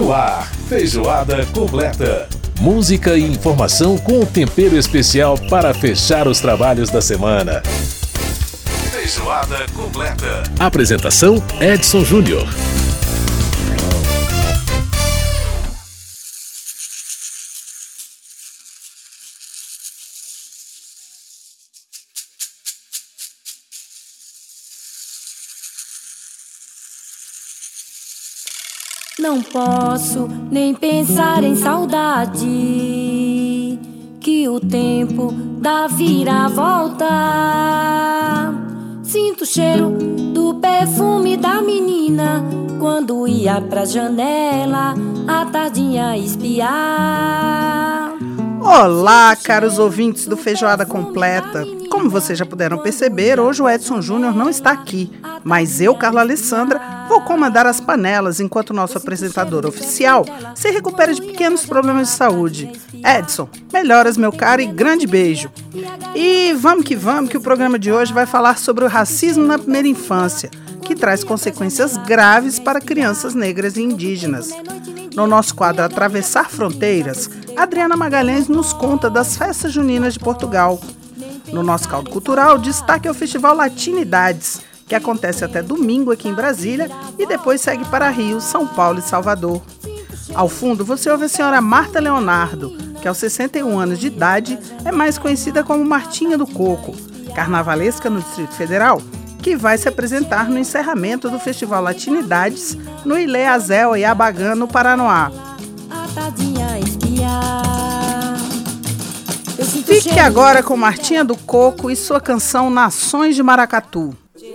No ar, Feijoada Completa. Música e informação com um tempero especial para fechar os trabalhos da semana. Feijoada Completa. Apresentação: Edson Júnior. Não posso nem pensar em saudade, que o tempo dá viravolta. Sinto o cheiro do perfume da menina quando ia pra janela à tardinha espiar. Olá, caros ouvintes do Feijoada Completa. Como vocês já puderam perceber, hoje o Edson Júnior não está aqui, mas eu, Carla Alessandra, vou comandar as panelas enquanto nosso apresentador oficial se recupera de pequenos problemas de saúde. Edson, melhoras, meu caro, e grande beijo. E vamos que o programa de hoje vai falar sobre o racismo na primeira infância, que traz consequências graves para crianças negras e indígenas. No nosso quadro Atravessar Fronteiras, Adriana Magalhães nos conta das festas juninas de Portugal. No nosso caldo cultural, destaque é o Festival Latinidades, que acontece até domingo aqui em Brasília e depois segue para Rio, São Paulo e Salvador. Ao fundo, você ouve a senhora Marta Leonardo, que aos 61 anos de idade é mais conhecida como Martinha do Coco, carnavalesca no Distrito Federal, que vai se apresentar no encerramento do Festival Latinidades no Ilê Azel e Abagã, no Paranoá. Fique agora com Martinha do Coco e sua canção Nações de Maracatu.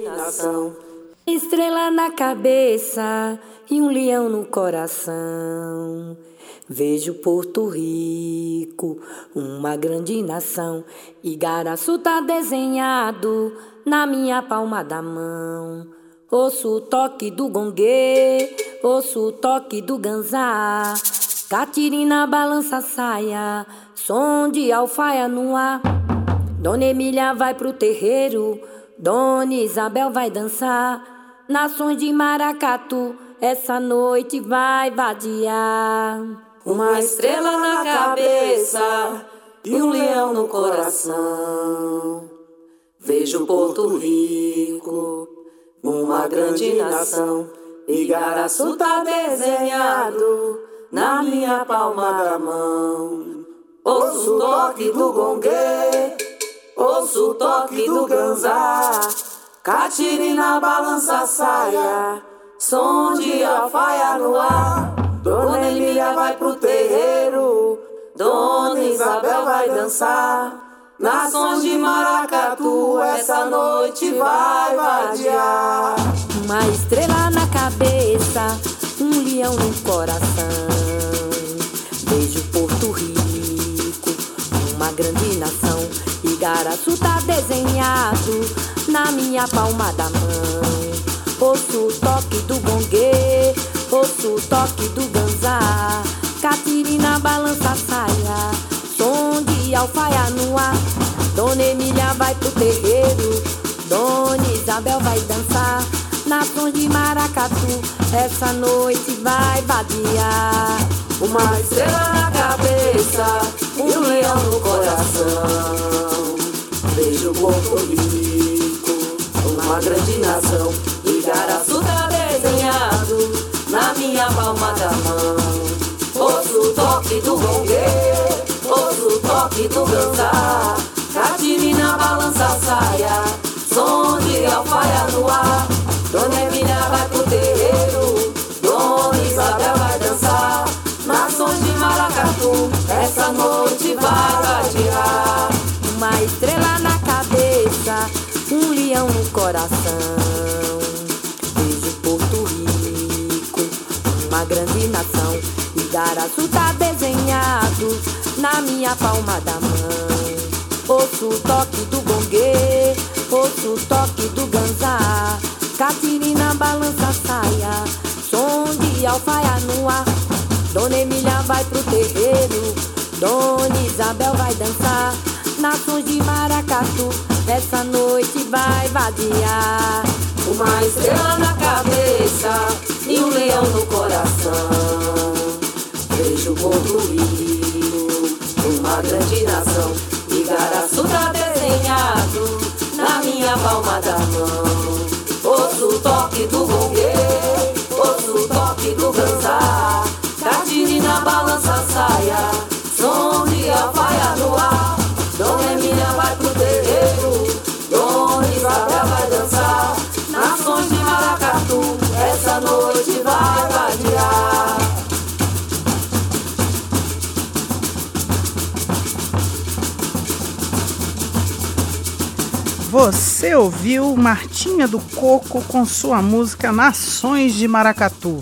Estrela na cabeça e um leão no coração. Vejo Porto Rico, uma grande nação. Igaraçu tá desenhado na minha palma da mão. Ouço o toque do gongue, ouço o toque do ganzá. Catirina balança a saia, som de alfaia no ar. Dona Emília vai pro terreiro, Dona Isabel vai dançar. Nações de maracatu, essa noite vai vadiar. Uma estrela na cabeça e um leão no coração. Vejo Porto Rico, uma grande nação. Igaraçu tá desenhado na minha palma da mão. Ouço o toque do gongue, ouço o toque do ganzá. Catirina balança a saia, som de alfaia no ar. Dona Emília vai pro terreiro, Dona Isabel vai dançar. Nações de maracatu, essa noite vai vadiar. Uma estrela na cabeça, um leão no coração. Vejo Porto Rico, uma grande nação. Igaraçu tá desenhado na minha palma da mão. Ouço o toque do gongue, ouço o toque do ganzá. Catirina balança a saia, som de alfaia no ar. Dona Emília vai pro terreiro, Dona Isabel vai dançar. Nações de maracatu, essa noite vai vadiar. Uma estrela na cabeça, um leão no coração. Vejo Porto Rico, uma grande nação. Igaraçu tá desenhado na minha palma da mão. Ouço o toque do gongue, ouço o toque do ganzá. Catirina balança a saia, som de alfaia no ar. Dona Emília vai pro terreiro, Dona Isabel vai dançar. Nações de maracatu, essa noite vai vadiar. Uma estrela na cabeça, um leão no coração. Vejo Porto Rico, uma grande nação. Igaraçu tá desenhado na minha palma da mão. Ouço o toque do gongue, ouço o toque do ganzá. Catirina balança a saia, som de alfaia no ar. Dona Emília vai pro terreiro, Dona Isabel vai dançar. Nações de maracatu, essa noite vai vadiar. Uma estrela na cabeça e um leão no coração. Vejo Porto Rico, uma grande nação. Igaraçu tá desenhado na minha palma da mão. Ouço o toque do gongue, ouço o toque do ganzá. Catirina balança a saia, som de alfaia no ar. Dona Emília vai pro terreiro, Dona Isabel vai dançar. Nações de maracatu, essa noite vai vadiar. Você ouviu Martinha do Coco com sua música Nações de Maracatu.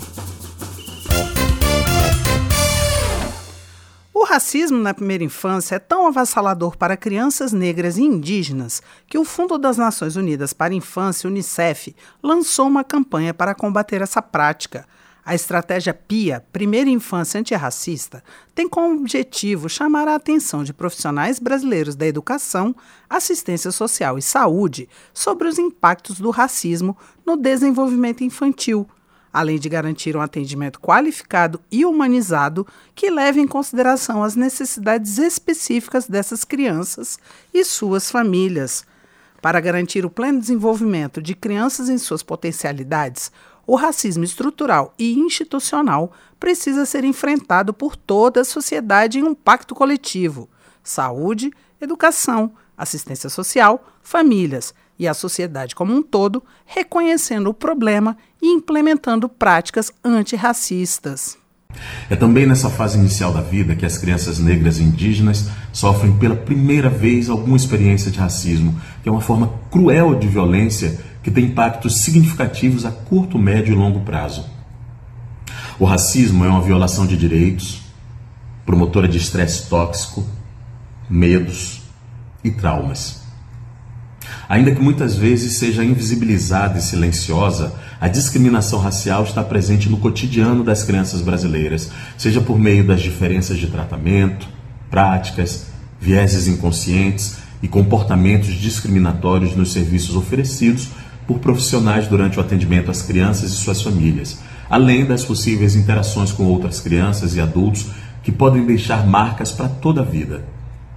O racismo na primeira infância é tão avassalador para crianças negras e indígenas que o Fundo das Nações Unidas para a Infância, UNICEF, lançou uma campanha para combater essa prática. A estratégia PIA, Primeira Infância Antirracista, tem como objetivo chamar a atenção de profissionais brasileiros da educação, assistência social e saúde sobre os impactos do racismo no desenvolvimento infantil, além de garantir um atendimento qualificado e humanizado que leve em consideração as necessidades específicas dessas crianças e suas famílias. Para garantir o pleno desenvolvimento de crianças em suas potencialidades, o racismo estrutural e institucional precisa ser enfrentado por toda a sociedade em um pacto coletivo: saúde, educação, assistência social, famílias e a sociedade como um todo, reconhecendo o problema e implementando práticas antirracistas. É também nessa fase inicial da vida que as crianças negras e indígenas sofrem pela primeira vez alguma experiência de racismo, que é uma forma cruel de violência que tem impactos significativos a curto, médio e longo prazo. O racismo é uma violação de direitos, promotora de estresse tóxico, medos e traumas. Ainda que muitas vezes seja invisibilizada e silenciosa, a discriminação racial está presente no cotidiano das crianças brasileiras, seja por meio das diferenças de tratamento, práticas, vieses inconscientes e comportamentos discriminatórios nos serviços oferecidos por profissionais durante o atendimento às crianças e suas famílias, além das possíveis interações com outras crianças e adultos que podem deixar marcas para toda a vida.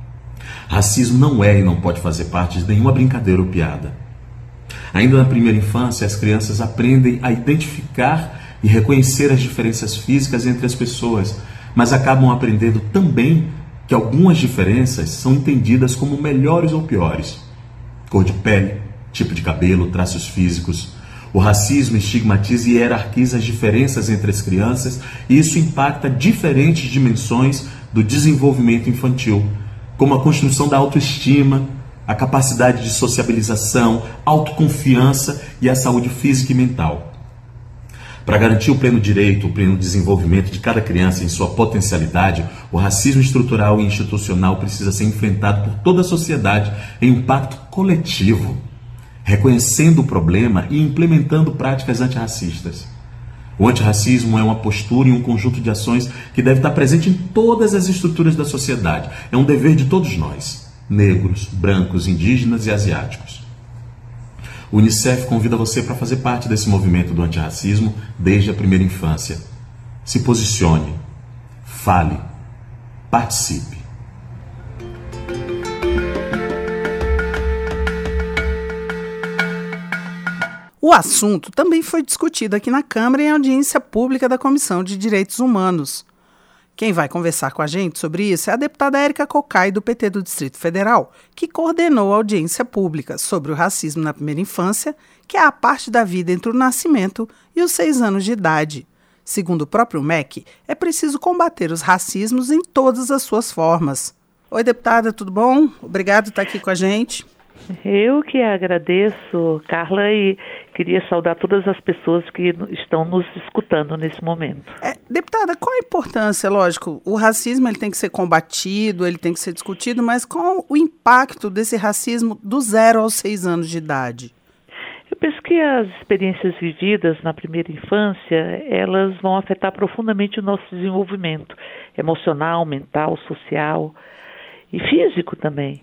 Racismo não é e não pode fazer parte de nenhuma brincadeira ou piada. Ainda na primeira infância, as crianças aprendem a identificar e reconhecer as diferenças físicas entre as pessoas, mas acabam aprendendo também que algumas diferenças são entendidas como melhores ou piores. Cor de pele, tipo de cabelo, traços físicos. O racismo estigmatiza e hierarquiza as diferenças entre as crianças e isso impacta diferentes dimensões do desenvolvimento infantil, como a construção da autoestima, a capacidade de sociabilização, autoconfiança e a saúde física e mental. Para garantir o pleno direito, o pleno desenvolvimento de cada criança em sua potencialidade, o racismo estrutural e institucional precisa ser enfrentado por toda a sociedade em um pacto coletivo, reconhecendo o problema e implementando práticas antirracistas. O antirracismo é uma postura e um conjunto de ações que deve estar presente em todas as estruturas da sociedade. É um dever de todos nós, negros, brancos, indígenas e asiáticos. O UNICEF convida você para fazer parte desse movimento do antirracismo desde a primeira infância. Se posicione, fale, participe. O assunto também foi discutido aqui na Câmara em audiência pública da Comissão de Direitos Humanos. Quem vai conversar com a gente sobre isso é a deputada Érica Cocai, do PT do Distrito Federal, que coordenou a audiência pública sobre o racismo na primeira infância, que é a parte da vida entre o nascimento e os 6 anos de idade. Segundo o próprio MEC, é preciso combater os racismos em todas as suas formas. Oi, deputada, tudo bom? Obrigado por estar aqui com a gente. Eu que agradeço, Carla, e queria saudar todas as pessoas que estão nos escutando nesse momento. Deputada, qual a importância, lógico, o racismo ele tem que ser combatido, ele tem que ser discutido, mas qual o impacto desse racismo do 0 aos 6 anos de idade? Eu penso que as experiências vividas na primeira infância, elas vão afetar profundamente o nosso desenvolvimento emocional, mental, social e físico também.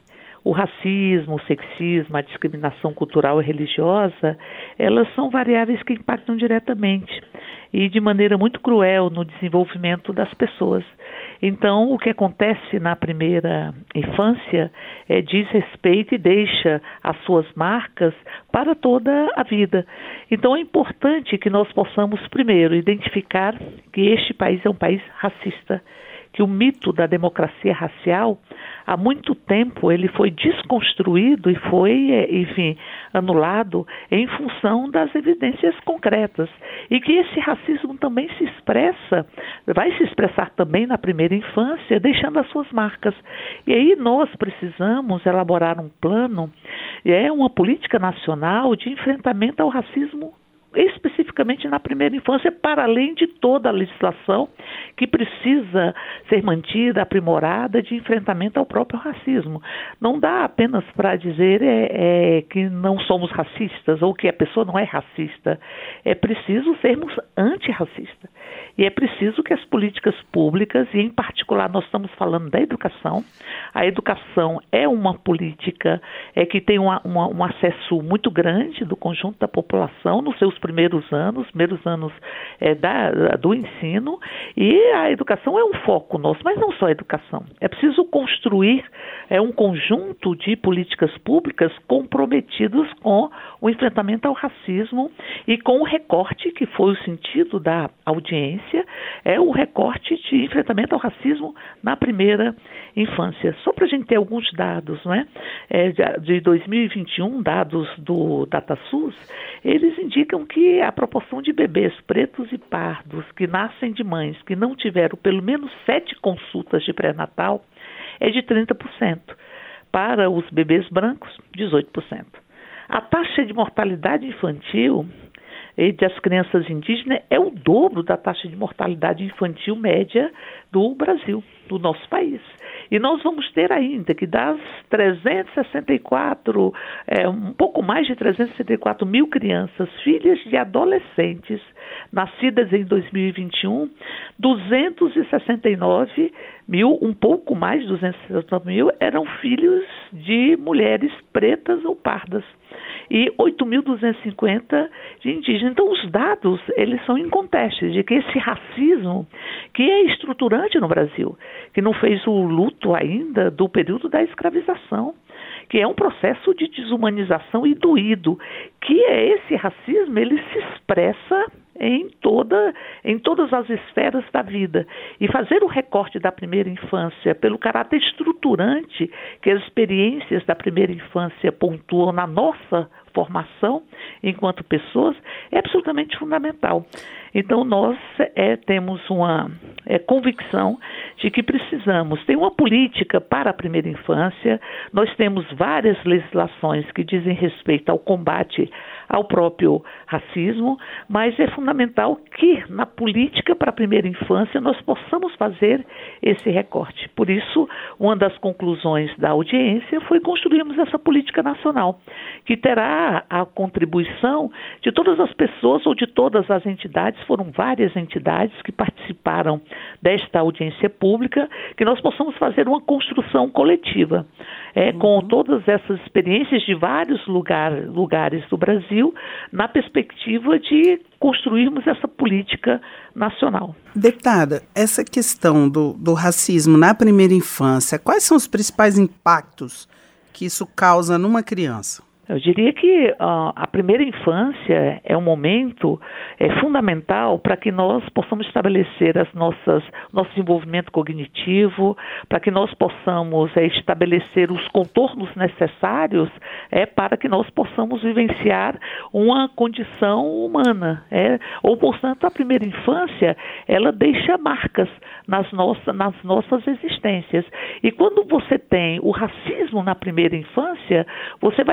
o racismo, o sexismo, a discriminação cultural e religiosa, elas são variáveis que impactam diretamente e de maneira muito cruel no desenvolvimento das pessoas. Então, o que acontece na primeira infância diz respeito e deixa as suas marcas para toda a vida. Então, é importante que nós possamos, primeiro, identificar que este país é um país racista, que o mito da democracia racial, há muito tempo, ele foi desconstruído e foi, enfim, anulado em função das evidências concretas. E que esse racismo também vai se expressar também na primeira infância, deixando as suas marcas. E aí nós precisamos elaborar um plano, uma política nacional de enfrentamento ao racismo, especificamente na primeira infância, para além de toda a legislação que precisa ser mantida, aprimorada, de enfrentamento ao próprio racismo. Não dá apenas para dizer que não somos racistas ou que a pessoa não é racista. É preciso sermos antirracistas. E é preciso que as políticas públicas, e em particular nós estamos falando da educação, a educação é uma política que tem um acesso muito grande do conjunto da população nos seus primeiros anos do ensino, e a educação é um foco nosso, mas não só a educação. É preciso construir um conjunto de políticas públicas comprometidos com o enfrentamento ao racismo e com o recorte, que foi o sentido da audiência, o recorte de enfrentamento ao racismo na primeira infância. Só para a gente ter alguns dados, de 2021, dados do DataSUS, eles indicam que a proporção de bebês pretos e pardos que nascem de mães que não tiveram pelo menos 7 consultas de pré-natal é de 30%. Para os bebês brancos, 18%. A taxa de mortalidade infantil das crianças indígenas é o dobro da taxa de mortalidade infantil média do Brasil, do nosso país. E nós vamos ter ainda que das 364, um pouco mais de 364 mil crianças, filhas de adolescentes, nascidas em 2021, 269 mil, um pouco mais de 269 mil, eram filhos de mulheres pretas ou pardas. E 8.250 de indígenas. Então, os dados, eles são incontestáveis de que esse racismo, que é estruturante no Brasil, que não fez o luto ainda do período da escravização, que é um processo de desumanização e doído, que esse racismo, ele se expressa em todas as esferas da vida. E fazer o recorte da primeira infância pelo caráter estruturante que as experiências da primeira infância pontuam na nossa formação enquanto pessoas é absolutamente fundamental. Então, nós temos uma convicção de que precisamos ter uma política para a primeira infância. Nós temos várias legislações que dizem respeito ao combate ao próprio racismo, mas é fundamental que na política para a primeira infância nós possamos fazer esse recorte. Por isso, uma das conclusões da audiência foi construirmos essa política nacional, que terá a contribuição de todas as pessoas ou de todas as entidades, foram várias entidades que participaram desta audiência pública, que nós possamos fazer uma construção coletiva, com todas essas experiências de vários lugares do Brasil, na perspectiva de construirmos essa política nacional. Deputada, essa questão do racismo na primeira infância, quais são os principais impactos que isso causa numa criança? Eu diria que a primeira infância é um momento fundamental para que nós possamos estabelecer nosso desenvolvimento cognitivo, para que nós possamos estabelecer os contornos necessários para que nós possamos vivenciar uma condição humana. Portanto, a primeira infância, ela deixa marcas nas nossas existências. E quando você tem o racismo na primeira infância, você vai ter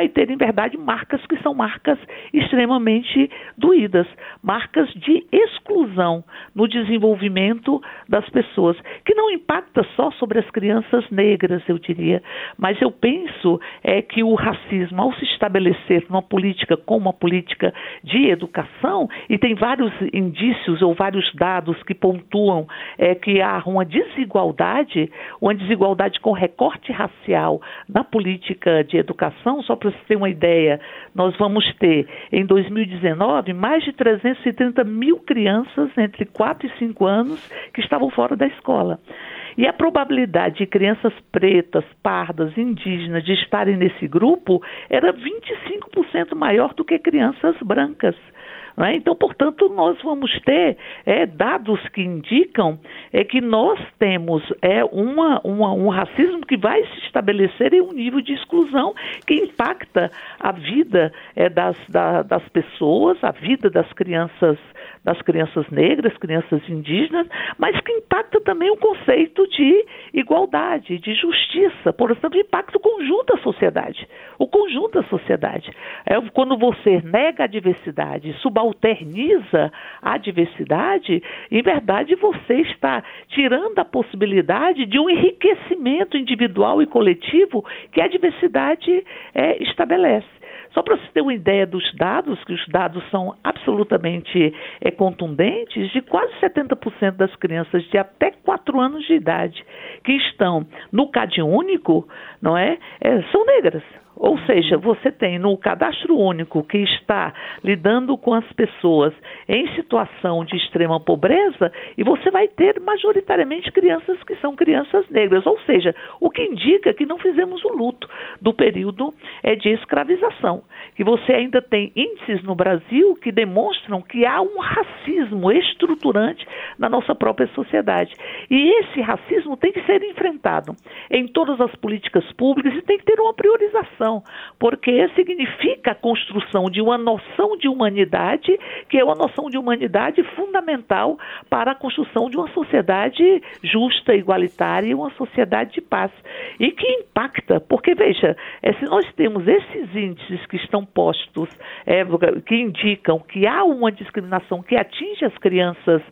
verdade, marcas que são marcas extremamente doídas, marcas de exclusão no desenvolvimento das pessoas, que não impacta só sobre as crianças negras, eu diria, mas eu penso que o racismo, ao se estabelecer numa política como uma política de educação, e tem vários indícios ou vários dados que pontuam que há uma desigualdade com recorte racial na política de educação. Só para você ter uma ideia, nós vamos ter em 2019 mais de 330 mil crianças entre 4 e 5 anos que estavam fora da escola. E a probabilidade de crianças pretas, pardas, indígenas de estarem nesse grupo era 25% maior do que crianças brancas. Né? Então, portanto, nós vamos ter dados que indicam que nós temos um racismo que vai se estabelecer em um nível de exclusão que impacta a vida das pessoas, a vida das crianças negras, crianças indígenas, mas que impacta também o conceito de igualdade, de justiça, portanto, impacta o conjunto da sociedade. O conjunto da sociedade. Quando você nega a diversidade, subalterniza a diversidade, em verdade você está tirando a possibilidade de um enriquecimento individual e coletivo que a diversidade estabelece. Só para você ter uma ideia dos dados, que os dados são absolutamente contundentes, de quase 70% das crianças de até 4 anos de idade que estão no CadÚnico, não são negras. Ou seja, você tem no cadastro único que está lidando com as pessoas em situação de extrema pobreza e você vai ter majoritariamente crianças que são crianças negras. Ou seja, o que indica que não fizemos o luto do período de escravização. Que você ainda tem índices no Brasil que demonstram que há um racismo estruturante na nossa própria sociedade. E esse racismo tem que ser enfrentado em todas as políticas públicas e tem que ter uma priorização. Porque significa a construção de uma noção de humanidade, que é uma noção de humanidade fundamental para a construção de uma sociedade justa, igualitária e uma sociedade de paz. E que impacta, porque veja, se nós temos esses índices que estão postos, que indicam que há uma discriminação que atinge as crianças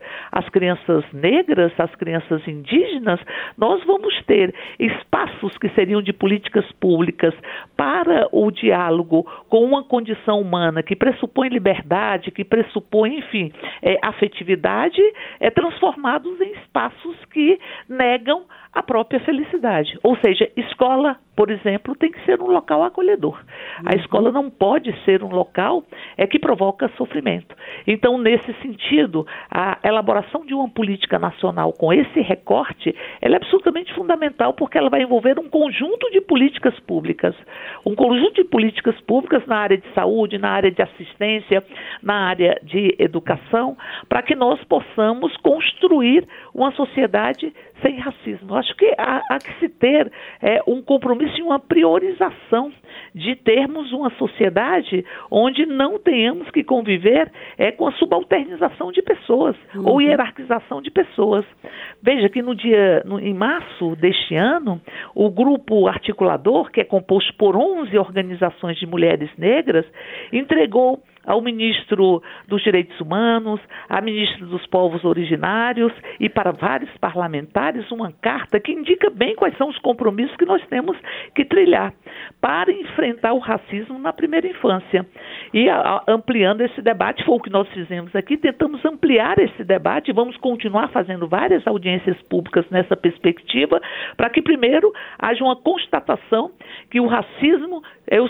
negras, as crianças indígenas, nós vamos ter espaços que seriam de políticas públicas para o diálogo com uma condição humana que pressupõe liberdade, que pressupõe, enfim, afetividade, transformados em espaços que negam a própria felicidade. Ou seja, escola, por exemplo, tem que ser um local acolhedor. A escola não pode ser um local que provoca sofrimento. Então, nesse sentido, a elaboração de uma política nacional com esse recorte, ela é absolutamente fundamental porque ela vai envolver um conjunto de políticas públicas. Um conjunto de políticas públicas na área de saúde, na área de assistência, na área de educação, para que nós possamos construir uma sociedade sem racismo. Eu acho que há que se ter um compromisso e uma priorização de termos uma sociedade onde não tenhamos que conviver com a subalternização de pessoas ou hierarquização de pessoas. Veja que em março deste ano, o grupo articulador, que é composto por 11 organizações de mulheres negras, entregou ao ministro dos Direitos Humanos, à ministra dos Povos Originários e para vários parlamentares uma carta que indica bem quais são os compromissos que nós temos que trilhar para enfrentar o racismo na primeira infância. E ampliando esse debate, foi o que nós fizemos aqui, tentamos ampliar esse debate e vamos continuar fazendo várias audiências públicas nessa perspectiva, para que primeiro haja uma constatação que o racismo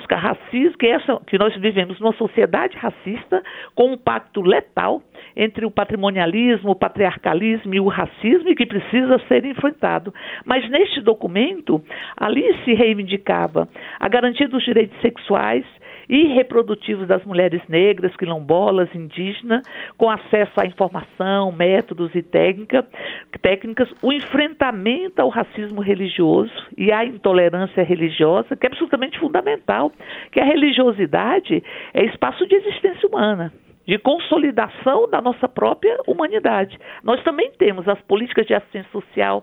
que nós vivemos numa sociedade racista com um pacto letal entre o patrimonialismo, o patriarcalismo e o racismo e que precisa ser enfrentado. Mas neste documento, ali se reivindicava a garantia dos direitos sexuais e reprodutivos das mulheres negras, quilombolas, indígenas, com acesso à informação, métodos e técnicas, o enfrentamento ao racismo religioso e à intolerância religiosa, que é absolutamente fundamental, que a religiosidade é espaço de existência humana, de consolidação da nossa própria humanidade. Nós também temos as políticas de assistência social,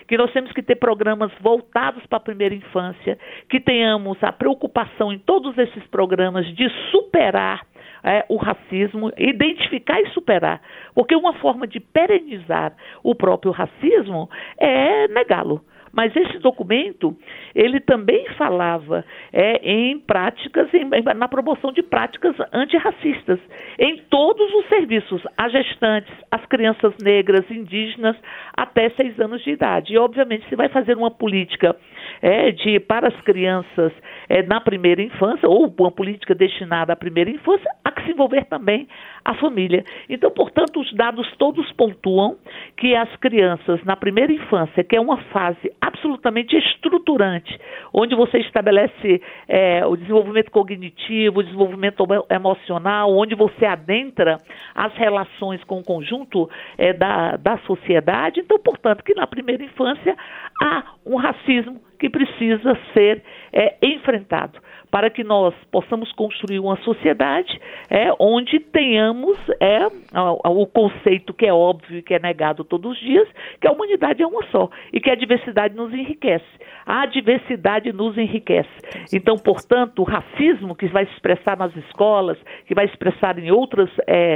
que nós temos que ter programas voltados para a primeira infância, que tenhamos a preocupação em todos esses programas de superar o racismo, identificar e superar, porque uma forma de perenizar o próprio racismo é negá-lo. Mas esse documento, ele também falava em práticas, na promoção de práticas antirracistas, em todos os serviços, as gestantes, as crianças negras, indígenas, até 6 anos de idade. E, obviamente, se vai fazer uma política para as crianças na primeira infância, ou uma política destinada à primeira infância, há que se envolver também a família. Então, portanto, os dados todos pontuam que as crianças na primeira infância, que é uma fase absolutamente estruturante, onde você estabelece o desenvolvimento cognitivo, o desenvolvimento emocional, onde você adentra as relações com o conjunto da sociedade. Então, portanto, que na primeira infância há um racismo que precisa ser enfrentado, para que nós possamos construir uma sociedade onde tenhamos o conceito que é óbvio e que é negado todos os dias, que a humanidade é uma só e que a diversidade nos enriquece. A diversidade nos enriquece. Então, portanto, o racismo que vai se expressar nas escolas, que vai se expressar em outros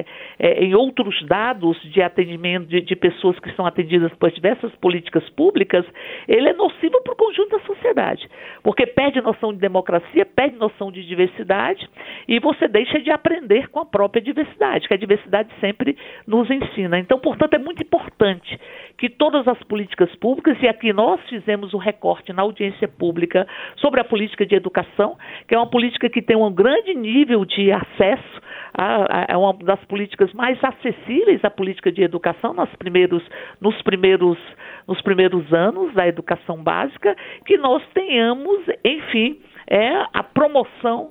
dados de atendimento de pessoas que são atendidas por diversas políticas públicas, ele é nocivo para o conjunto da sociedade, porque perde noção de democracia, perde noção de diversidade e você deixa de aprender com a própria diversidade, que a diversidade sempre nos ensina. Então, portanto, é muito importante que todas as políticas públicas, e aqui nós fizemos um recorte na audiência pública sobre a política de educação, que é uma política que tem um grande nível de acesso, é uma das políticas mais acessíveis à política de educação nos primeiros anos da educação básica, que nós tenhamos, enfim, a promoção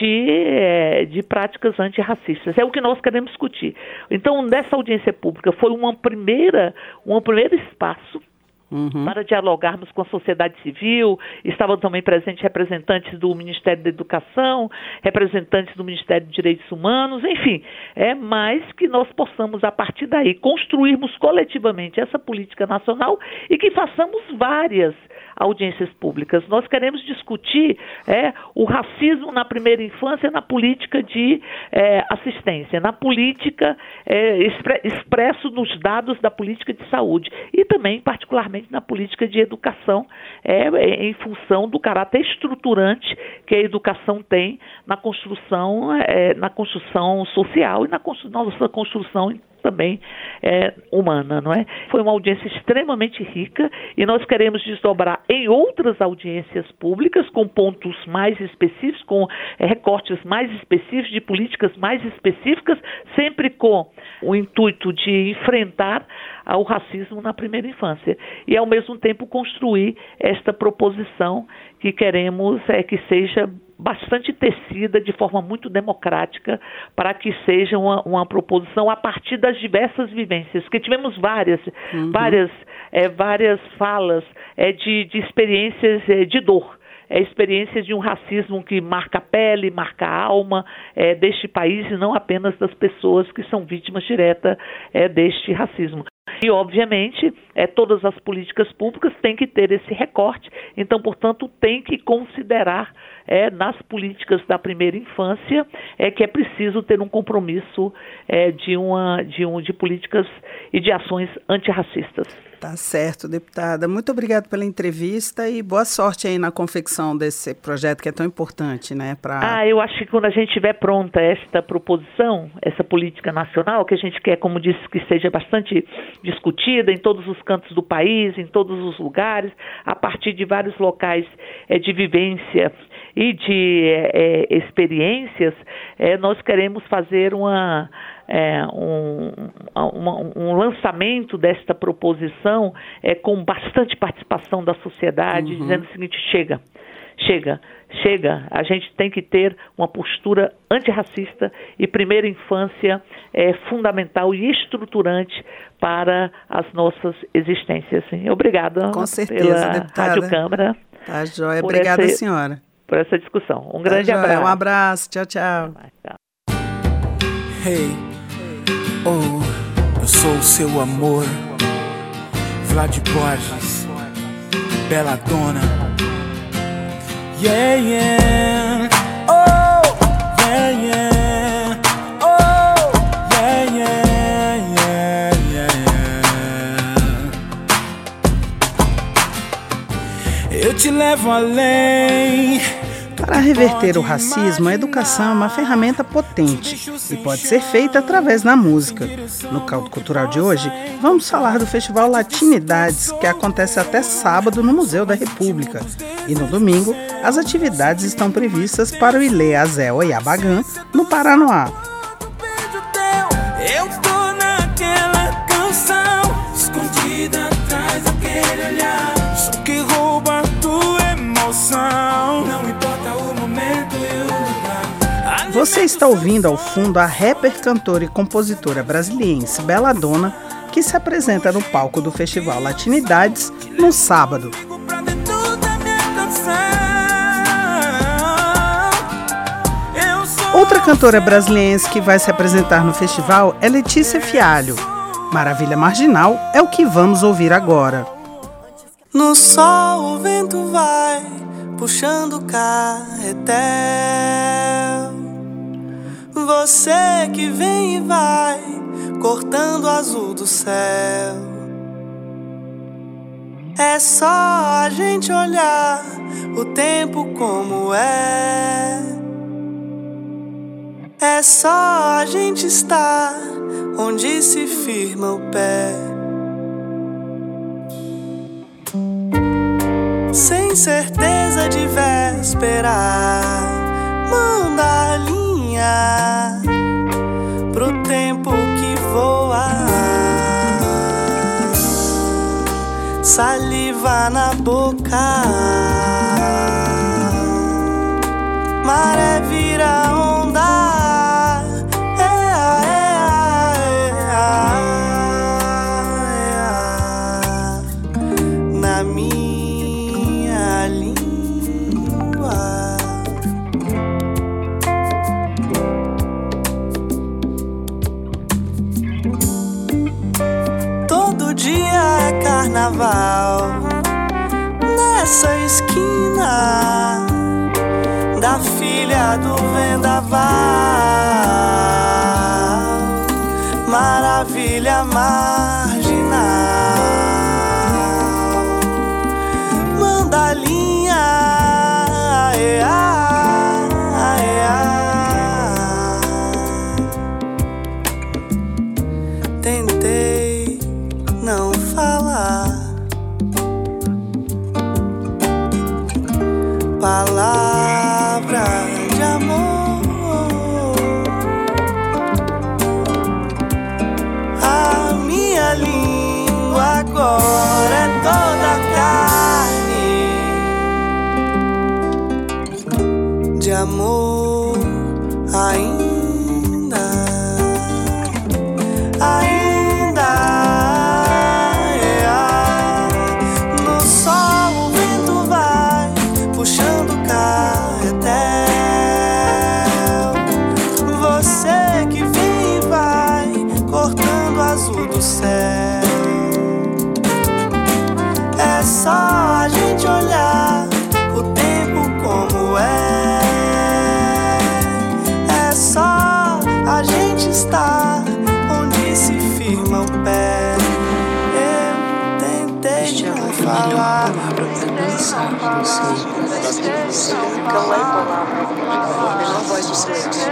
de práticas antirracistas. É o que nós queremos discutir. Então, nessa audiência pública, foi um primeiro espaço para dialogarmos com a sociedade civil. Estavam também presentes representantes do Ministério da Educação, representantes do Ministério dos Direitos Humanos, enfim, mais que nós possamos, a partir daí, construirmos coletivamente essa política nacional e que façamos várias audiências públicas. Nós queremos discutir o racismo na primeira infância na política de assistência, na política expresso nos dados da política de saúde e também, particularmente, na política de educação, em função do caráter estruturante que a educação tem na construção social e na nossa construção também humana, não é? Foi uma audiência extremamente rica e nós queremos desdobrar em outras audiências públicas com pontos mais específicos, com recortes mais específicos, de políticas mais específicas, sempre com o intuito de enfrentar o racismo na primeira infância e, ao mesmo tempo, construir esta proposição que queremos que seja bastante tecida de forma muito democrática para que seja uma proposição a partir das diversas vivências, porque tivemos várias falas de experiências de dor, experiências de um racismo que marca a pele, marca a alma deste país e não apenas das pessoas que são vítimas diretas deste racismo. E, obviamente, todas as políticas públicas têm que ter esse recorte, então, portanto, tem que considerar nas políticas da primeira infância que é preciso ter um compromisso de políticas e de ações antirracistas. Tá certo, deputada. Muito obrigada pela entrevista e boa sorte aí na confecção desse projeto que é tão importante, né? Eu acho que quando a gente tiver pronta esta proposição, essa política nacional, que a gente quer, como disse, que seja bastante discutida em todos os cantos do país, em todos os lugares, a partir de vários locais de vivência e de experiências, nós queremos fazer um lançamento desta proposição com bastante participação da sociedade, dizendo o seguinte: chega, a gente tem que ter uma postura antirracista e primeira infância é fundamental e estruturante para as nossas existências. Obrigada pela Rádio Câmara. Tá joia, obrigada senhora. Por essa discussão. Um grande abraço. Um abraço, tchau, tchau. Hey, eu sou o seu amor, Vlad Borges. Belladonna. Yeah, yeah. Oh, yeah, yeah. Oh, yeah, yeah, yeah, yeah. Eu te levo além. Para reverter o racismo, a educação é uma ferramenta potente e pode ser feita através da música. No Caldo Cultural de hoje, vamos falar do Festival Latinidades, que acontece até sábado no Museu da República. E no domingo, as atividades estão previstas para o Ilê Azé Oiabagã, no Paranoá. Eu tô naquela canção, escondida atrás daquele olhar, só que rouba tua emoção. Não importa o momento e o lugar. Você está ouvindo ao fundo a rapper, cantora e compositora brasiliense Belladonna, que se apresenta no palco do Festival Latinidades no sábado. Outra cantora brasiliense que vai se apresentar no festival é Letícia Fialho. Maravilha Marginal é o que vamos ouvir agora. No sol o vento vai puxando o carretel. Você que vem e vai cortando o azul do céu. É só a gente olhar o tempo como é. É só a gente estar onde se firma o pé. Sem certeza de véspera, manda a linha pro tempo que voa. Saliva na boca, maré vira onda. Na minha língua. Todo dia é carnaval nessa esquina da filha do vendaval. Maravilha marginal. Tentei não falar palavra de amor. A minha língua agora é toda carne de amor ainda. No sol o vento vai puxando o carretel. Você que vem e vai cortando o azul do céu. É só a gente olhar o tempo como é. É só a gente estar onde se firma o pé. Eu tentei não falar. Palavra para dançar com você. Calei palavra. Não voz do silêncio.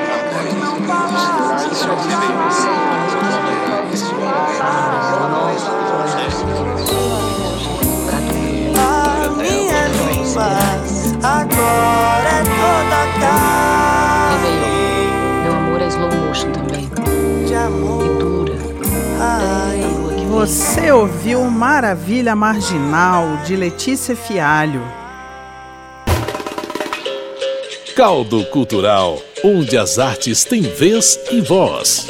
A minha língua agora é toda carne. Meu amor é slow motion também. De amor. E dura. Você ouviu Maravilha Marginal, de Letícia Fialho. Caldo Cultural, onde as artes têm vez e voz.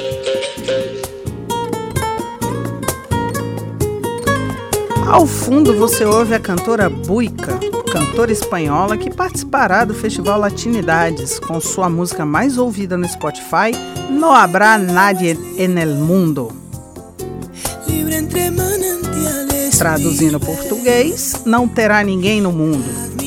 Ao fundo você ouve a cantora Buica, cantora espanhola que participará do Festival Latinidades com sua música mais ouvida no Spotify, No Habrá Nadie en el Mundo. Libre entre manantiales Traduzindo português, não terá ninguém no mundo.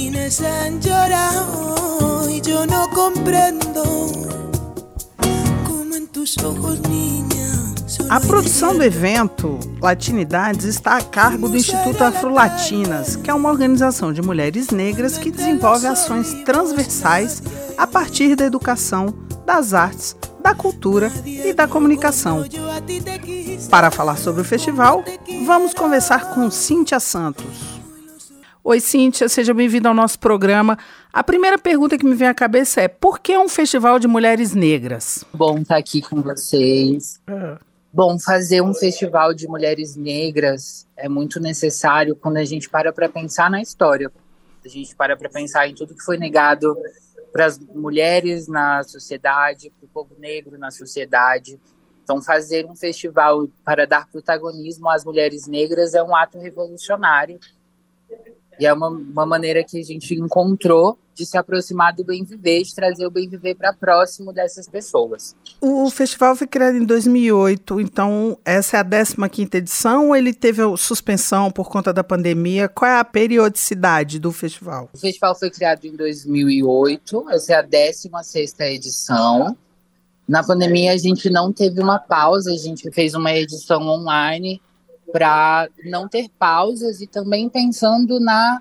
A produção do evento Latinidades está a cargo do Instituto Afrolatinas, que é uma organização de mulheres negras que desenvolve ações transversais a partir da educação, das artes, da cultura e da comunicação. Para falar sobre o festival, vamos conversar com Cíntia Santos. Oi, Cíntia, seja bem-vinda ao nosso programa. A primeira pergunta que me vem à cabeça é: por que um festival de mulheres negras? Bom estar aqui com vocês. Bom, fazer um festival de mulheres negras é muito necessário quando a gente para pensar na história. A gente para pensar em tudo que foi negado para as mulheres na sociedade, para o povo negro na sociedade. Então, fazer um festival para dar protagonismo às mulheres negras é um ato revolucionário. E é uma maneira que a gente encontrou de se aproximar do bem-viver, de trazer o bem-viver para próximo dessas pessoas. O festival foi criado em 2008, então essa é a 15ª edição ou ele teve suspensão por conta da pandemia? Qual é a periodicidade do festival? O festival foi criado em 2008, essa é a 16ª edição. Na pandemia a gente não teve uma pausa, a gente fez uma edição online para não ter pausas e também pensando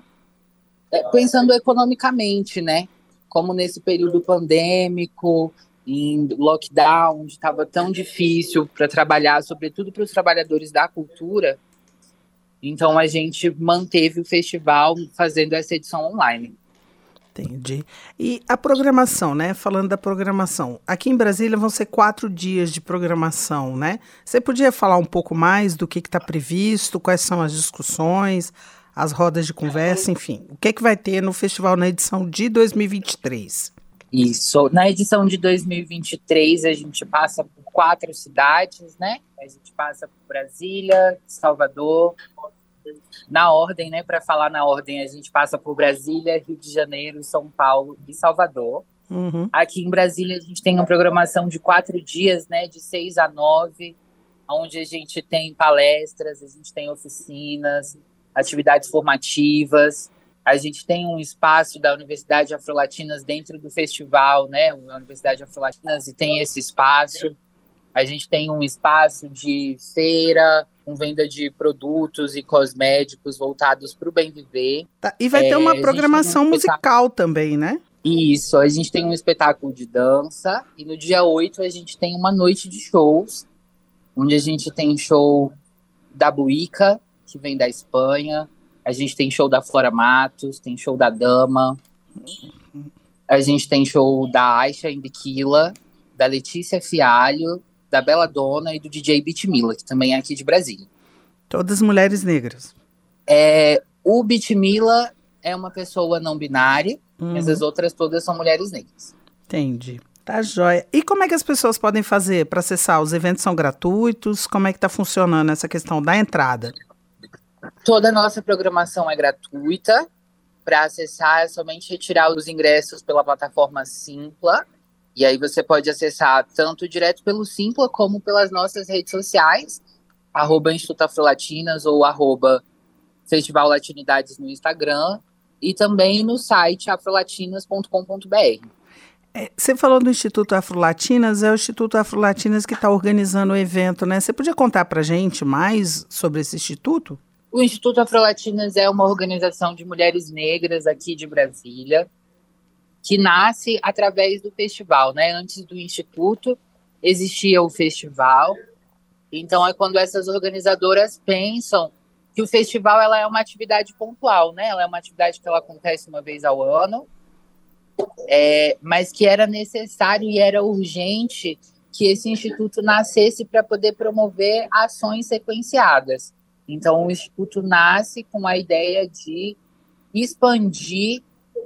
economicamente, né? Como nesse período pandêmico, em lockdown, onde estava tão difícil para trabalhar, sobretudo para os trabalhadores da cultura. Então a gente manteve o festival fazendo essa edição online. Entendi. E a programação, né? Falando da programação, aqui em Brasília vão ser 4 dias de programação, né? Você podia falar um pouco mais do que está previsto, quais são as discussões, as rodas de conversa, enfim. O que vai ter no festival na edição de 2023? Isso. Na edição de 2023, a gente passa por 4 cidades, né? A gente passa por Brasília, Salvador. Na ordem, né? Para falar na ordem, a gente passa por Brasília, Rio de Janeiro, São Paulo e Salvador. Uhum. Aqui em Brasília, a gente tem uma programação de 4 dias, né? De 6 a 9, onde a gente tem palestras, a gente tem oficinas, atividades formativas. A gente tem um espaço da Universidade Afrolatinas dentro do festival, né? A Universidade Afrolatinas e tem esse espaço. A gente tem um espaço de feira, com venda de produtos e cosméticos voltados para o bem viver. Tá, e vai ter uma programação musical também, né? Isso, a gente tem um espetáculo de dança e no dia 8 a gente tem uma noite de shows, onde a gente tem show da Buica, que vem da Espanha, a gente tem show da Flora Matos, tem show da Dama, a gente tem show da Aisha Indikila, da Letícia Fialho, da Bela Dona e do DJ Bitmila, que também é aqui de Brasília. Todas mulheres negras. O Bitmila é uma pessoa não binária, mas as outras todas são mulheres negras. Entendi. Tá joia. E como é que as pessoas podem fazer para acessar? Os eventos são gratuitos? Como é que está funcionando essa questão da entrada? Toda a nossa programação é gratuita. Para acessar é somente retirar os ingressos pela plataforma Simpla. E aí você pode acessar tanto direto pelo Simpla como pelas nossas redes sociais, @Instituto Afrolatinas ou @Festival Latinidades no Instagram e também no site afrolatinas.com.br. Você falou do Instituto Afrolatinas, é o Instituto Afrolatinas que está organizando o evento, né? Você podia contar para a gente mais sobre esse instituto? O Instituto Afrolatinas é uma organização de mulheres negras aqui de Brasília, que nasce através do festival, né? Antes do Instituto, existia o festival. Então, é quando essas organizadoras pensam que o festival ela é uma atividade pontual, né? Ela é uma atividade que ela acontece uma vez ao ano, mas que era necessário e era urgente que esse Instituto nascesse para poder promover ações sequenciadas. Então, o Instituto nasce com a ideia de expandir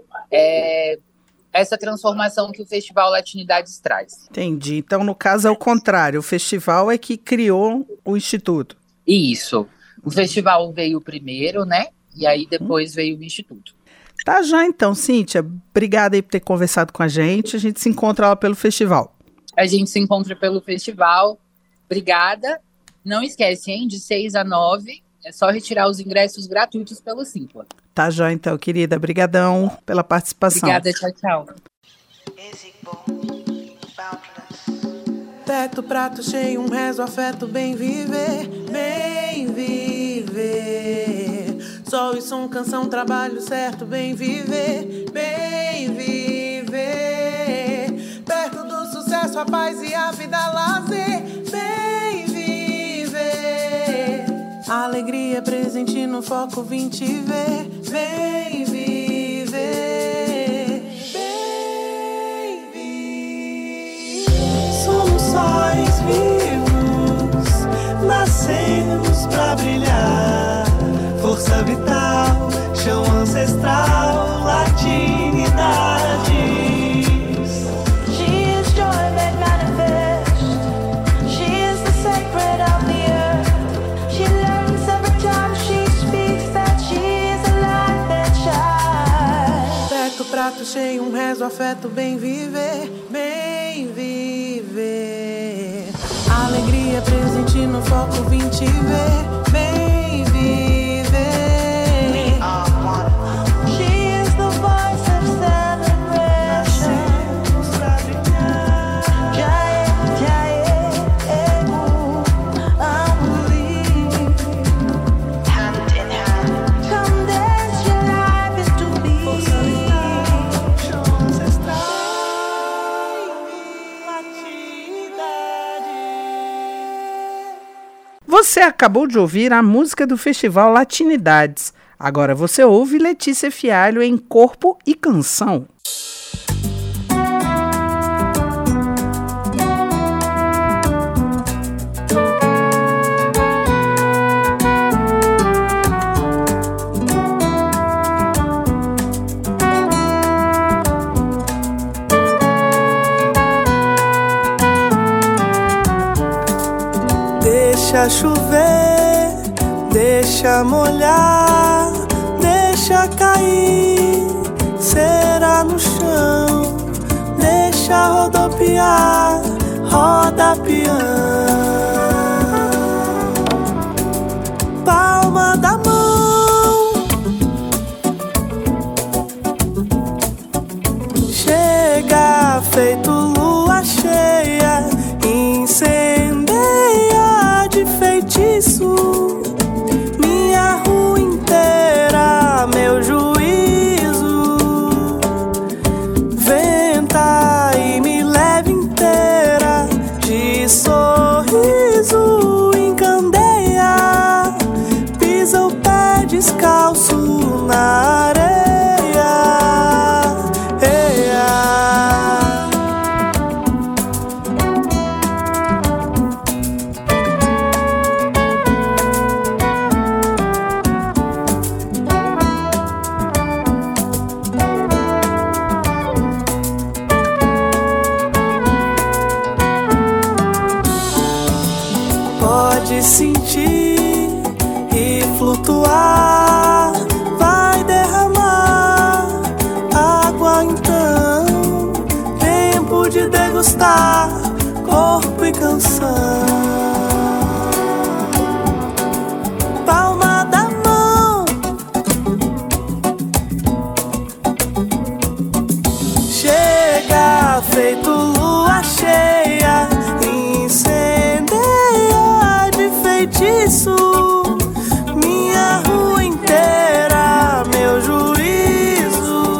essa transformação que o Festival Latinidades traz. Entendi. Então, no caso, é o contrário. O festival é que criou o Instituto. Isso. O festival veio primeiro, né? E aí depois veio o Instituto. Tá já então, Cíntia. Obrigada aí por ter conversado com a gente. A gente se encontra lá pelo festival. A gente se encontra pelo festival. Obrigada. Não esquece, hein? De 6 a 9 É só retirar os ingressos gratuitos pelo Simpla. Tá joia, então, querida. Brigadão pela participação. Obrigada, tchau, tchau. Teto, prato cheio, rezo, afeto, bem viver, bem viver. Sol e som, canção, trabalho certo, bem viver, bem viver. Perto do sucesso, a paz e a vida, lazer, bem viver. Alegria presente no foco, vim te ver, bem viver, bem viver. Somos sóis vivos, nascemos pra brilhar. Força vital, chão ancestral, latinidades. She is joy made manifest. She is the sacred of the earth. She learns every time she speaks that she is a light that shines. Teto, prato cheio, rezo, afeto, bem viver, bem viver. Alegria presente no foco, vim te ver, bem viver. She is the voice of celebration. Jaye, jaye, emu, amuri. Hand in hand. Come dance, your life is to be. Você acabou de ouvir a música do Festival Latinidades. Agora você ouve Letícia Fialho em Corpo e Canção. Deixa chover, deixa molhar, deixa cair cera no chão, deixa rodopiar, roda peão. Palma da mão, chega feito lua cheia, incendeia de feitiço minha rua inteira, meu juízo. Venta e me leve inteira de sorriso, encandeia, pisa o pé descalço na areia. Pode sentir e flutuar, vai derramar água então, tempo de degustar corpo e canção. Palma da mão, chega feito lua cheia, incendeia de feitiço minha rua inteira, meu juízo.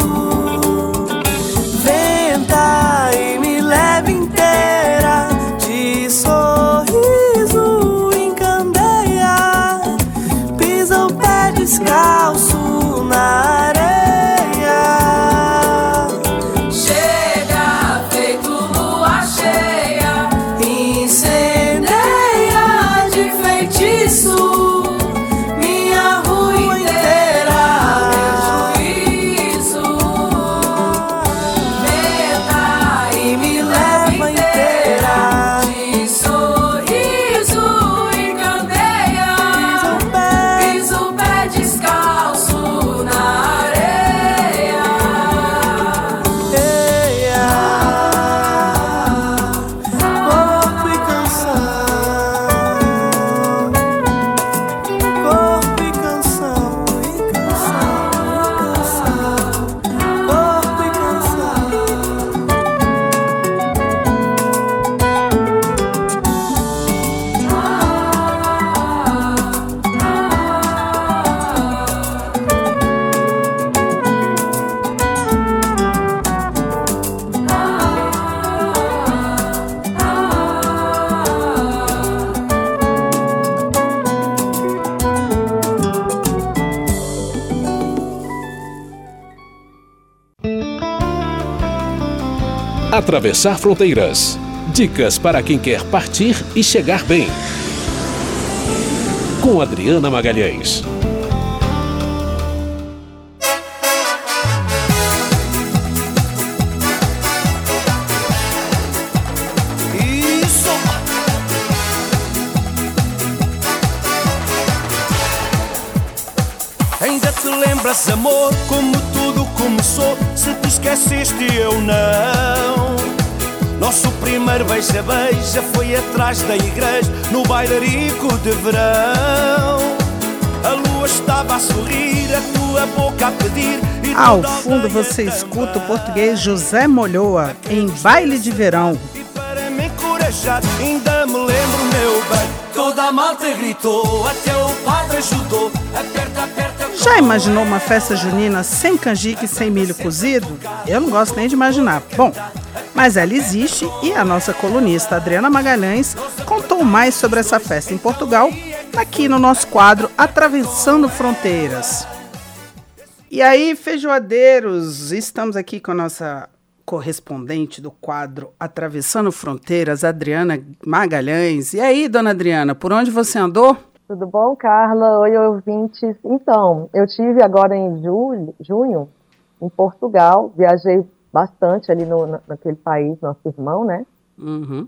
Venta e me leve inteira de sorriso, encandeia, pisa o pé descalço na areia. Chega feito lua cheia, incendeia de feitiço Atravessar fronteiras. Dicas para quem quer partir e chegar bem. Com Adriana Magalhães. Ainda te lembras, amor, como tudo começou? Se te esqueceste, eu não. Nosso primeiro beija-beija foi atrás da igreja, no bailarico de verão. A lua estava a sorrir, a tua boca a pedir. Ao fundo você escuta o português José Molhoa em Baile de Verão. E para me encorajar, ainda me lembro, meu bem, toda a malta gritou, até o padre ajudou. Aperta, aperta. Já imaginou uma festa junina sem canjica e sem milho cozido? Eu não gosto nem de imaginar. Bom, mas ela existe e a nossa colunista Adriana Magalhães contou mais sobre essa festa em Portugal, aqui no nosso quadro Atravessando Fronteiras. E aí, feijoadeiros, estamos aqui com a nossa correspondente do quadro Atravessando Fronteiras, Adriana Magalhães. E aí, dona Adriana, por onde você andou? Tudo bom, Carla? Oi, ouvintes. Então, eu tive agora em junho, em Portugal, viajei bastante ali naquele país, nosso irmão, né? Uhum.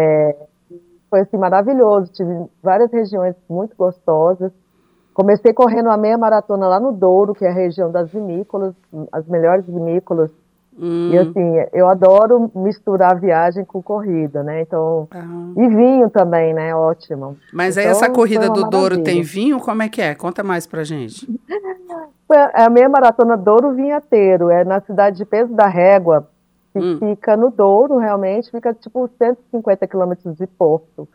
Foi assim, maravilhoso, tive várias regiões muito gostosas. Comecei correndo a meia maratona lá no Douro, que é a região das vinícolas, as melhores vinícolas. E assim, eu adoro misturar a viagem com corrida, né? Então, e vinho também, né? Ótimo. Mas então, aí essa corrida do Douro maravilha. tem vinho? Como é que é? Conta mais pra gente. A meia maratona Douro Vinheteiro, é na cidade de Peso da Régua, que fica no Douro, realmente, fica tipo 150 quilômetros de Porto.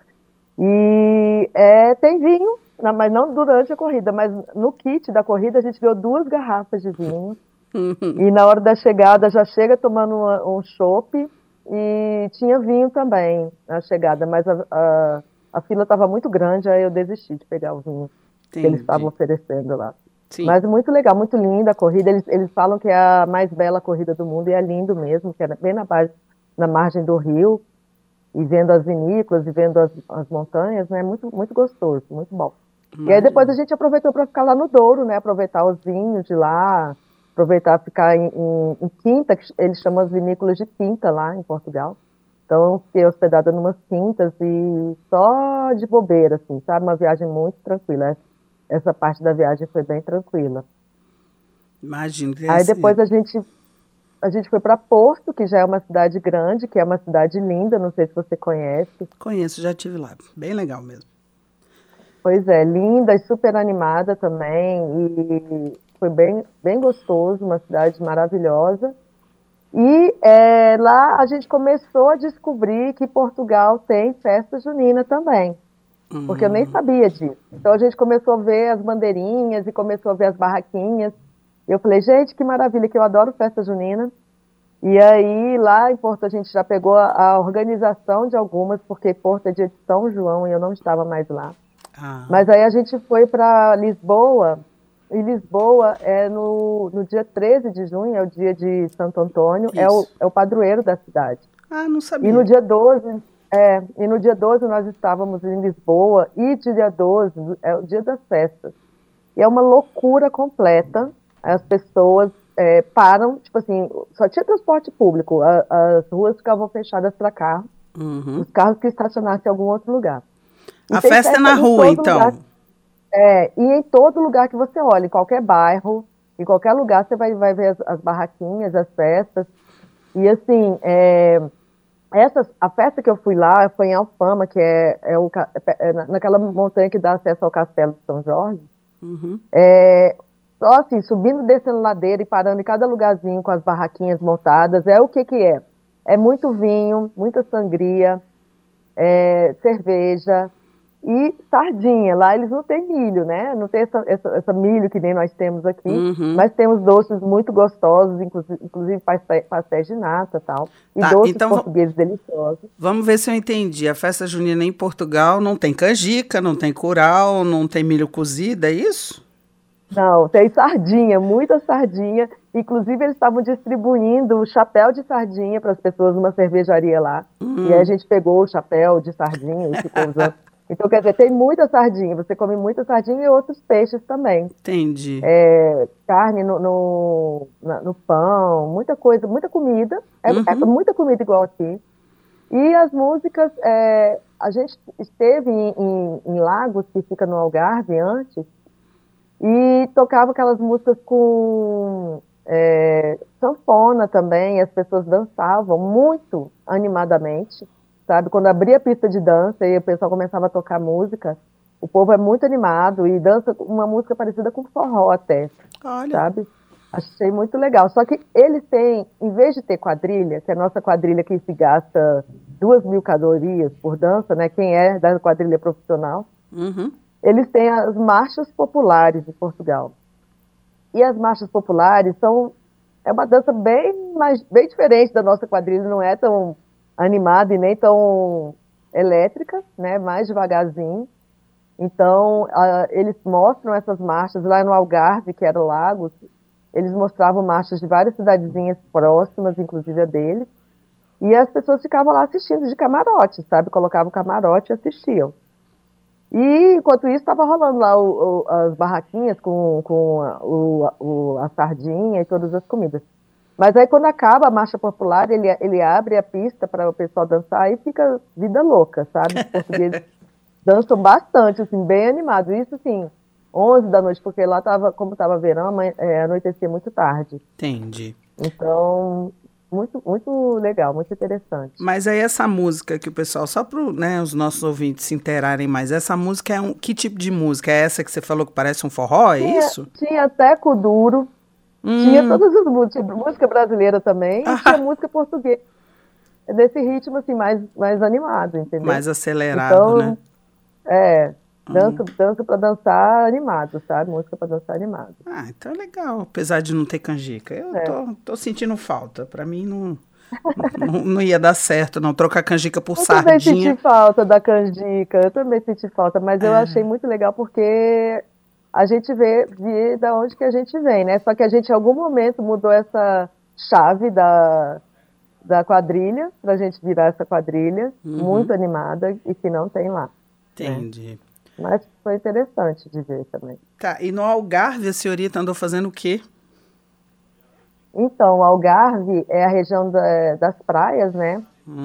E tem vinho, mas não durante a corrida, mas no kit da corrida a gente ganhou 2 garrafas de vinho. E na hora da chegada já chega tomando um chopp e tinha vinho também na chegada, mas a fila estava muito grande, aí eu desisti de pegar o vinho que eles estavam oferecendo lá. Sim. Mas muito legal, muito linda a corrida, eles falam que é a mais bela corrida do mundo e é lindo mesmo, que é bem na margem do rio, e vendo as vinícolas e vendo as montanhas, né, muito, muito gostoso, muito bom. E aí depois a gente aproveitou para ficar lá no Douro, né, aproveitar os vinhos de lá, aproveitar ficar em quinta, que eles chamam as vinícolas de quinta lá em Portugal. Então, fiquei hospedada numas quintas e só de bobeira, assim, sabe? Uma viagem muito tranquila. Essa parte da viagem foi bem tranquila. Imagino. Aí depois a gente foi para Porto, que já é uma cidade grande, que é uma cidade linda, não sei se você conhece. Conheço, já estive lá. Bem legal mesmo. Pois é, linda e super animada também, e foi bem, bem gostoso, uma cidade maravilhosa. E lá a gente começou a descobrir que Portugal tem festa junina também, porque eu nem sabia disso. Então a gente começou a ver as bandeirinhas e começou a ver as barraquinhas. Eu falei, gente, que maravilha, que eu adoro festa junina. E aí lá em Porto a gente já pegou a organização de algumas, porque Porto é dia de São João e eu não estava mais lá. Mas aí a gente foi para Lisboa. E Lisboa é no dia 13 de junho, é o dia de Santo Antônio, é o padroeiro da cidade. Ah, não sabia. E no dia 12 nós estávamos em Lisboa, e dia 12 é o dia das festas. E é uma loucura completa, as pessoas param, tipo assim, só tinha transporte público, as ruas ficavam fechadas para carro, os carros que estacionassem em algum outro lugar. E a festa é na rua, então? Lugar. E em todo lugar que você olha, em qualquer bairro, em qualquer lugar, você vai ver as barraquinhas, as festas. E assim, a festa que eu fui lá foi em Alfama, que naquela montanha que dá acesso ao Castelo de São Jorge. Só assim, subindo, descendo ladeira e parando em cada lugarzinho com as barraquinhas montadas. O que é? É muito vinho, muita sangria, cerveja, e sardinha. Lá eles não têm milho, né? Não tem essa milho que nem nós temos aqui, mas temos doces muito gostosos, inclusive pastéis de nata e tal, e doces portugueses deliciosos. Vamos ver se eu entendi. A festa junina em Portugal não tem canjica, não tem curau, não tem milho cozido, é isso? Não, tem sardinha, muita sardinha. Inclusive, eles estavam distribuindo o chapéu de sardinha para as pessoas numa cervejaria lá. E aí a gente pegou o chapéu de sardinha e ficou usando. Então, quer dizer, tem muita sardinha. Você come muita sardinha e outros peixes também. Entendi. Carne no pão, muita coisa, muita comida. É muita comida igual aqui. E as músicas, a gente esteve em Lagos, que fica no Algarve antes, e tocava aquelas músicas com sanfona também, as pessoas dançavam muito animadamente, sabe? Quando abria a pista de dança e o pessoal começava a tocar música, o povo é muito animado e dança uma música parecida com forró até, sabe? Achei muito legal. Só que eles têm, em vez de ter quadrilha, que é a nossa quadrilha que se gasta 2.000 calorias por dança, né? Quem é da quadrilha profissional, eles têm as marchas populares de Portugal. E as marchas populares é uma dança bem diferente da nossa quadrilha, não é tão animada e nem tão elétrica, né? Mais devagarzinho. Então, eles mostram essas marchas lá no Algarve, que era Lagos. Eles mostravam marchas de várias cidadezinhas próximas, inclusive a deles. E as pessoas ficavam lá assistindo de camarote, sabe? Colocavam o camarote e assistiam. E, enquanto isso, estava rolando lá as barraquinhas com a sardinha e todas as comidas. Mas aí, quando acaba a marcha popular, ele abre a pista para o pessoal dançar e fica vida louca, sabe? Os portugueses dançam bastante, assim, bem animado. Isso, assim, 11 da noite, porque lá, como estava verão, anoitecia muito tarde. Entendi. Então, muito, muito legal, muito interessante. Mas aí essa música que o pessoal, só para os nossos ouvintes se inteirarem mais, essa música que tipo de música? É essa que você falou que parece um forró, é isso? Tinha até Kuduro, tinha todas as músicas, tinha música brasileira também, e tinha música portuguesa. Desse ritmo, assim, mais animado, entendeu? Mais acelerado, então, né? Dança pra dançar animado, sabe? Música pra dançar animado. Ah, então é legal, apesar de não ter canjica. Eu tô sentindo falta. Pra mim não ia dar certo, não. Trocar canjica por sardinha. Eu também senti falta da canjica, eu também senti falta, mas eu achei muito legal porque a gente vê da onde que a gente vem, né? Só que a gente em algum momento mudou essa chave da quadrilha, pra gente virar essa quadrilha muito animada e que não tem lá. Entendi. Né? Mas foi interessante de ver também. Tá, e no Algarve a senhorita andou fazendo o quê? Então, o Algarve é a região das praias, né?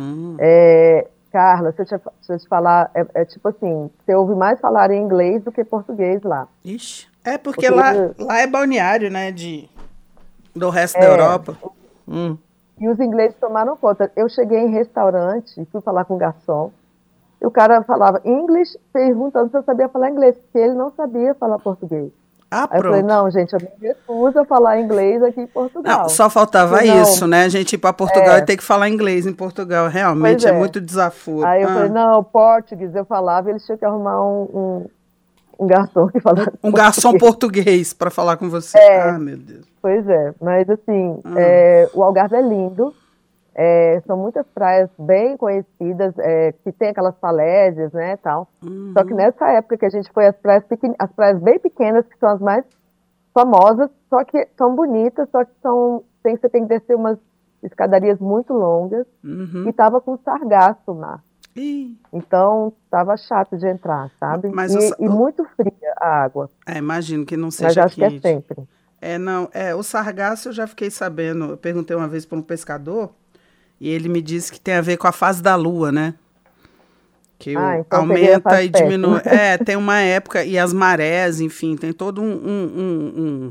Carla, se eu te falar, é tipo assim, você ouve mais falar em inglês do que português lá. Ixi, porque lá é balneário, né, do resto da Europa. E os ingleses tomaram conta. Eu cheguei em restaurante e fui falar com o garçom. E o cara falava inglês, perguntando se eu sabia falar inglês, porque ele não sabia falar português. Aí eu falei, não, gente, eu me recuso a falar inglês aqui em Portugal. Não, só faltava isso, né? A gente ir para Portugal e ter que falar inglês em Portugal. Realmente é muito desafio. Aí eu falei, não, português eu falava, e eles tinham que arrumar um garçom que falasse garçom português para falar com você. Ah, meu Deus. Pois é, mas assim, o Algarve é lindo. São muitas praias bem conhecidas, que tem aquelas falésias, né, tal. Só que nessa época que a gente foi, as praias bem pequenas, que são as mais famosas, só que são bonitas, só que você tem que descer umas escadarias muito longas, e tava com sargaço o mar. Então, tava chato de entrar, sabe? E muito fria a água. Imagino que não seja Mas acho quente. que é sempre. O sargaço eu já fiquei sabendo, eu perguntei uma vez para um pescador, e ele me disse que tem a ver com a fase da lua, né? Que então aumenta e diminui. Tem uma época, e as marés, enfim, tem todo um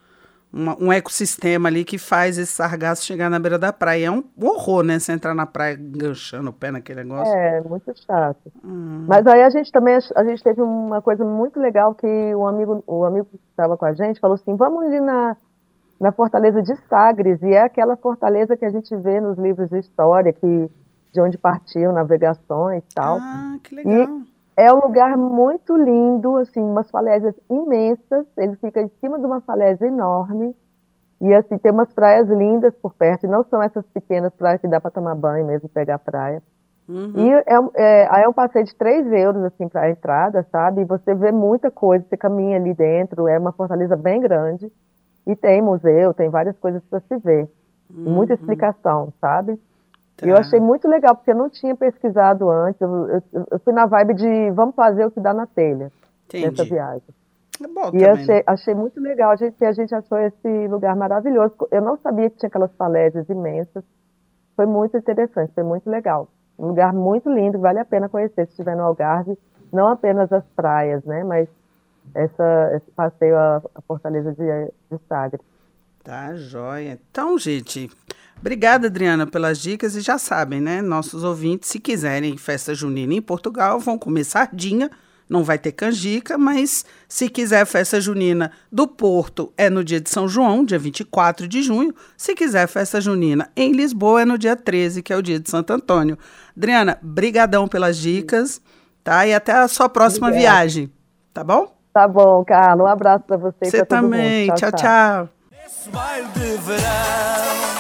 ecossistema ali que faz esse sargaço chegar na beira da praia. É um horror, né? Você entrar na praia enganchando o pé naquele negócio. Muito chato. Mas aí a gente teve uma coisa muito legal que o amigo que estava com a gente falou assim, vamos ali na Fortaleza de Sagres, e é aquela fortaleza que a gente vê nos livros de história, de onde partiam navegações e tal. Ah, que legal. E é um lugar muito lindo, assim, umas falésias imensas, ele fica em cima de uma falésia enorme, e assim, tem umas praias lindas por perto, e não são essas pequenas praias que dá para tomar banho mesmo, pegar praia. E aí é um passeio de 3 euros, assim, para a entrada, sabe? E você vê muita coisa, você caminha ali dentro, é uma fortaleza bem grande. E tem museu, tem várias coisas para se ver. Muita explicação, sabe? E eu achei muito legal, porque eu não tinha pesquisado antes. Eu fui na vibe de vamos fazer o que dá na telha nessa viagem. É bom e também, achei muito legal, que a gente achou esse lugar maravilhoso. Eu não sabia que tinha aquelas falésias imensas. Foi muito interessante, foi muito legal. Um lugar muito lindo, vale a pena conhecer se estiver no Algarve. Não apenas as praias, né? Mas esse passeio à Fortaleza de Sagres. Tá, joia. Então, gente, obrigada, Adriana, pelas dicas. E já sabem, né? Nossos ouvintes, se quiserem festa junina em Portugal, vão comer sardinha. Não vai ter canjica, mas se quiser festa junina do Porto, é no dia de São João, dia 24 de junho. Se quiser festa junina em Lisboa, é no dia 13, que é o dia de Santo Antônio. Adriana, brigadão pelas dicas, tá? E até a sua próxima viagem, tá bom? Tá bom, Carla. Um abraço pra você e pra todo mundo. Você também. Tchau, tchau. Esse baile de verão.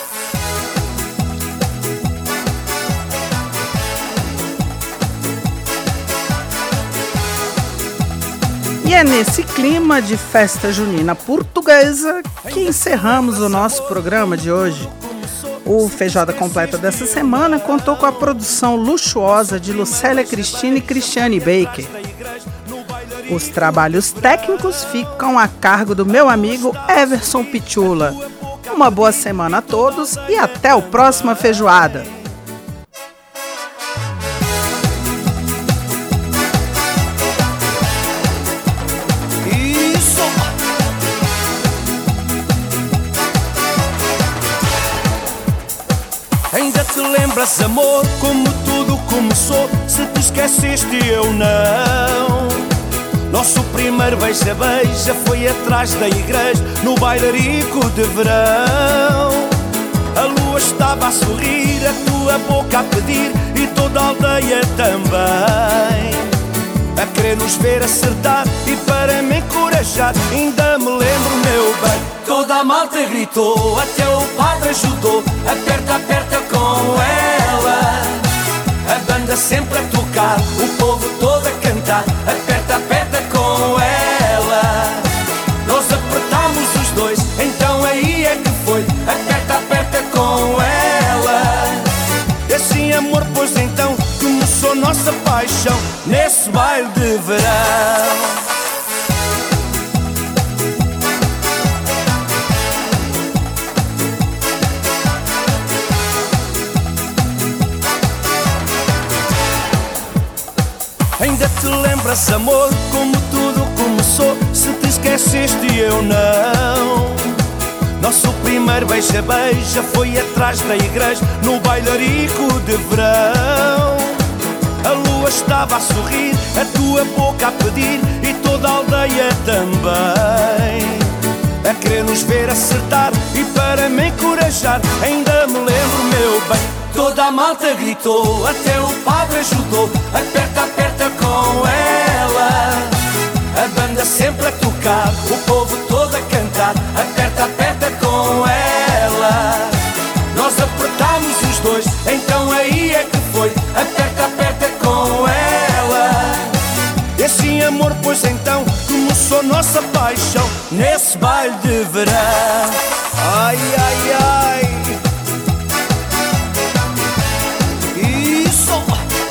E é nesse clima de festa junina portuguesa que encerramos o nosso programa de hoje. O Feijoada Completa dessa semana contou com a produção luxuosa de Lucélia Cristina e Cristiane Baker. Os trabalhos técnicos ficam a cargo do meu amigo Everson Pichula. Uma boa semana a todos e até o próximo Feijoada. Ainda te lembras, amor, como tudo começou? Se te esqueceste, eu não. Nosso primeiro beija-beija foi atrás da igreja, no bailarico de verão. A lua estava a sorrir, a tua boca a pedir, e toda a aldeia também a querer nos ver acertar e para me encorajar. Ainda me lembro, meu bem, toda a malta gritou, até o padre ajudou. Aperta, aperta com ela, a banda sempre a tocar, o povo todo a cantar. Aperta, aperta com ela, nós apertámos os dois, então aí é que foi. Aperta, aperta com ela, e assim, amor, pois então começou nossa paixão nesse baile de verão. Ainda te lembras, amor, como tudo começou? Se te esqueceste, eu não. Nosso primeiro beija-beija foi atrás da igreja, no bailarico de verão. A lua estava a sorrir, a tua boca a pedir, e toda a aldeia também a querer nos ver acertar e para me encorajar. Ainda me lembro, meu bem, toda a malta gritou, até o padre ajudou. Aperta, aperta com ela, a banda sempre a tocar, o povo todo a cantar. Aperta, aperta com ela, nós apertámos os dois, então aí é que foi. Aperta, aperta com ela, e assim, amor, pois então começou nossa paixão nesse baile de verão. Ai, ai, ai, isso.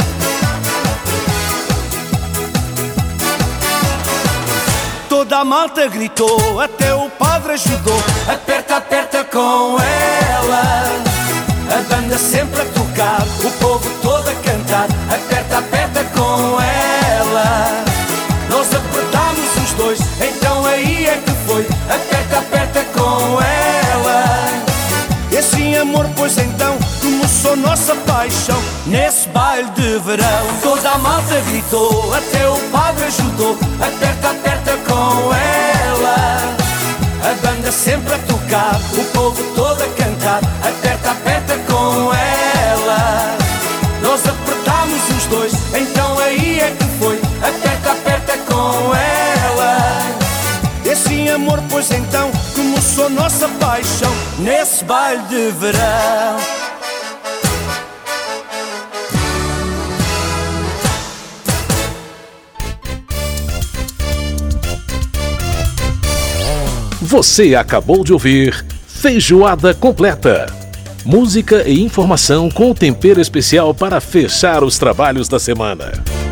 Toda a malta gritou, até o padre ajudou. Aperta, aperta com ela, a banda sempre a tocar, o povo todo a cantar. Aperta, aperta com ela, nós apertámos os dois, então aí é que foi. Aperta, aperta com ela, e assim, amor, pois então começou nossa paixão nesse baile de verão. Toda a malta gritou, até o padre ajudou. Aperta, aperta com ela, a banda sempre a tocar, o povo todo a cantar. Aperta, aperta com ela, nós apertámos os dois, então aí é que foi. Aperta, aperta com ela, e assim, amor, pois então começou nossa paixão nesse baile de verão. Você acabou de ouvir Feijoada Completa. Música e informação com tempero especial para fechar os trabalhos da semana.